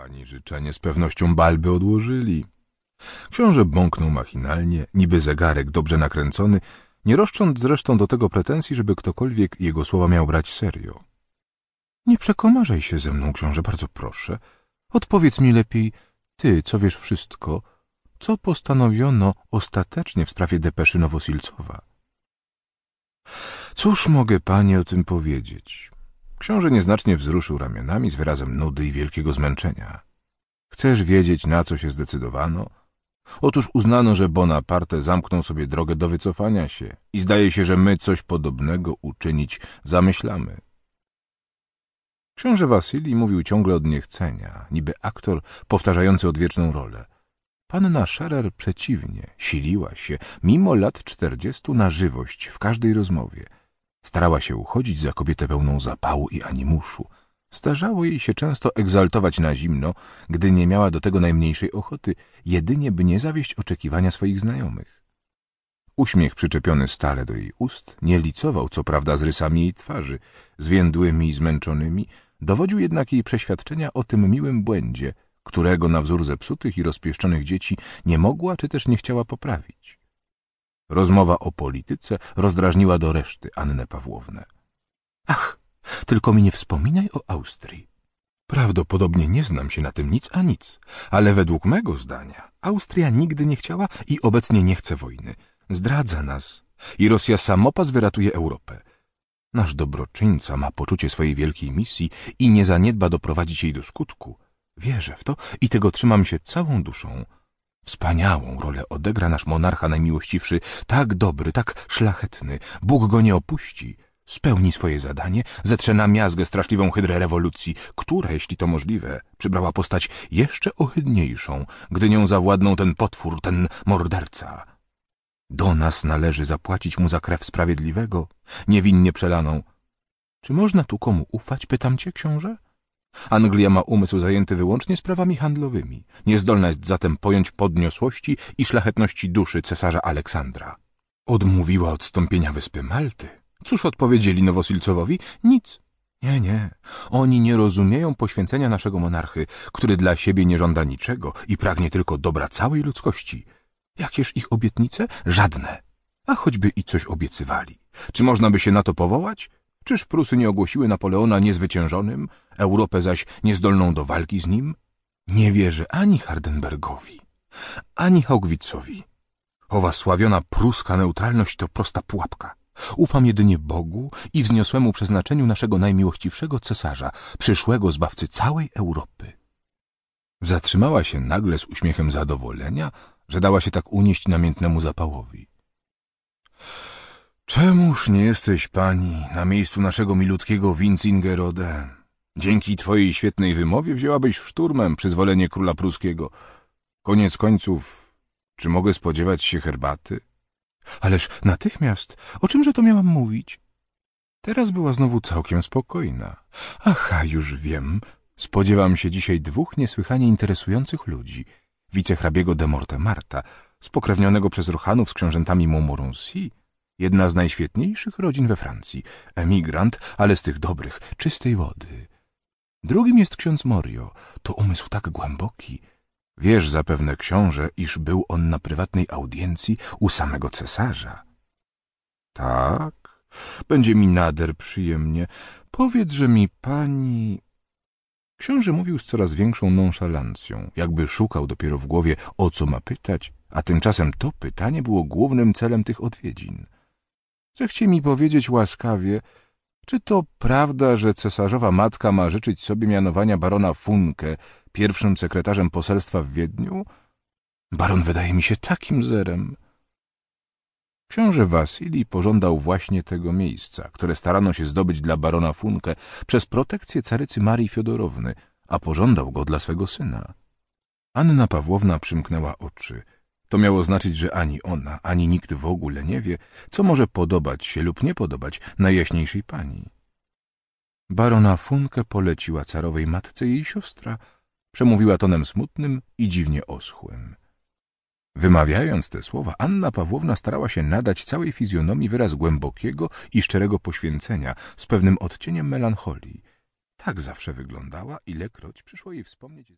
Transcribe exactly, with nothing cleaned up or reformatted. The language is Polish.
pani życzenie z pewnością balby odłożyli. Książę bąknął machinalnie, niby zegarek dobrze nakręcony, nie roszcząc zresztą do tego pretensji, żeby ktokolwiek jego słowa miał brać serio. Nie przekomarzaj się ze mną, książę, bardzo proszę. Odpowiedz mi lepiej, ty, co wiesz wszystko, co postanowiono ostatecznie w sprawie depeszy Nowosilcowa. Cóż mogę pani o tym powiedzieć? Książę nieznacznie wzruszył ramionami z wyrazem nudy i wielkiego zmęczenia. Chcesz wiedzieć, na co się zdecydowano? Otóż uznano, że Bonaparte zamknął sobie drogę do wycofania się i zdaje się, że my coś podobnego uczynić zamyślamy. Książę Wasylij mówił ciągle od niechcenia, niby aktor powtarzający odwieczną rolę. Panna Scherer przeciwnie, siliła się, mimo lat czterdziestu, na żywość w każdej rozmowie. Starała się uchodzić za kobietę pełną zapału i animuszu. Zdarzało jej się często egzaltować na zimno, gdy nie miała do tego najmniejszej ochoty, jedynie by nie zawieść oczekiwania swoich znajomych. Uśmiech przyczepiony stale do jej ust nie licował co prawda z rysami jej twarzy, zwiędłymi i zmęczonymi, dowodził jednak jej przeświadczenia o tym miłym błędzie, którego na wzór zepsutych i rozpieszczonych dzieci nie mogła czy też nie chciała poprawić. Rozmowa o polityce rozdrażniła do reszty Annę Pawłownę. Ach, tylko mi nie wspominaj o Austrii. Prawdopodobnie nie znam się na tym nic a nic, ale według mego zdania Austria nigdy nie chciała i obecnie nie chce wojny. Zdradza nas i Rosja samopas wyratuje Europę. Nasz dobroczyńca ma poczucie swojej wielkiej misji i nie zaniedba doprowadzić jej do skutku. Wierzę w to i tego trzymam się całą duszą. Wspaniałą rolę odegra nasz monarcha najmiłościwszy, tak dobry, tak szlachetny. Bóg go nie opuści. Spełni swoje zadanie, zetrze na miazgę straszliwą hydrę rewolucji, która, jeśli to możliwe, przybrała postać jeszcze ohydniejszą, gdy nią zawładnął ten potwór, ten morderca. Do nas należy zapłacić mu za krew sprawiedliwego, niewinnie przelaną. Czy można tu komu ufać, pytam cię, książę? Anglia ma umysł zajęty wyłącznie sprawami handlowymi. Niezdolna jest zatem pojąć podniosłości i szlachetności duszy cesarza Aleksandra. Odmówiła odstąpienia wyspy Malty. Cóż odpowiedzieli Nowosilcowowi? Nic. Nie, nie. Oni nie rozumieją poświęcenia naszego monarchy, który dla siebie nie żąda niczego i pragnie tylko dobra całej ludzkości. Jakież ich obietnice? Żadne. A choćby i coś obiecywali. Czy można by się na to powołać? Czyż Prusy nie ogłosiły Napoleona niezwyciężonym, Europę zaś niezdolną do walki z nim? Nie wierzę ani Hardenbergowi, ani Haugwitzowi. Owa sławiona pruska neutralność to prosta pułapka. Ufam jedynie Bogu i wzniosłemu przeznaczeniu naszego najmiłościwszego cesarza, przyszłego zbawcy całej Europy. Zatrzymała się nagle z uśmiechem zadowolenia, że dała się tak unieść namiętnemu zapałowi. Czemuż nie jesteś pani na miejscu naszego milutkiego Winzingerode? Dzięki twojej świetnej wymowie wzięłabyś szturmem przyzwolenie króla pruskiego. Koniec końców, czy mogę spodziewać się herbaty? Ależ natychmiast, o czymże to miałam mówić? Teraz była znowu całkiem spokojna. Aha, już wiem, spodziewam się dzisiaj dwóch niesłychanie interesujących ludzi. Wicehrabiego de Mortemarta, spokrewnionego przez Rochanów z książętami Montmorency, jedna z najświetniejszych rodzin we Francji, emigrant, ale z tych dobrych, czystej wody. Drugim jest ksiądz Morio, to umysł tak głęboki. Wiesz zapewne, książę, iż był on na prywatnej audiencji u samego cesarza. Tak, będzie mi nader przyjemnie. Powiedz-że mi pani... Książę mówił z coraz większą nonszalancją, jakby szukał dopiero w głowie, o co ma pytać, a tymczasem to pytanie było głównym celem tych odwiedzin. Zechcie mi powiedzieć łaskawie, czy to prawda, że cesarzowa matka ma życzyć sobie mianowania barona Funke pierwszym sekretarzem poselstwa w Wiedniu? Baron wydaje mi się takim zerem. Książę Wasylij pożądał właśnie tego miejsca, które starano się zdobyć dla barona Funke przez protekcję carycy Marii Fiodorowny, a pożądał go dla swego syna. Anna Pawłowna przymknęła oczy. To miało znaczyć, że ani ona, ani nikt w ogóle nie wie, co może podobać się lub nie podobać najjaśniejszej pani. Barona Funke poleciła carowej matce jej siostra, przemówiła tonem smutnym i dziwnie oschłym. Wymawiając te słowa, Anna Pawłowna starała się nadać całej fizjonomii wyraz głębokiego i szczerego poświęcenia z pewnym odcieniem melancholii. Tak zawsze wyglądała, ilekroć przyszło jej wspomnieć...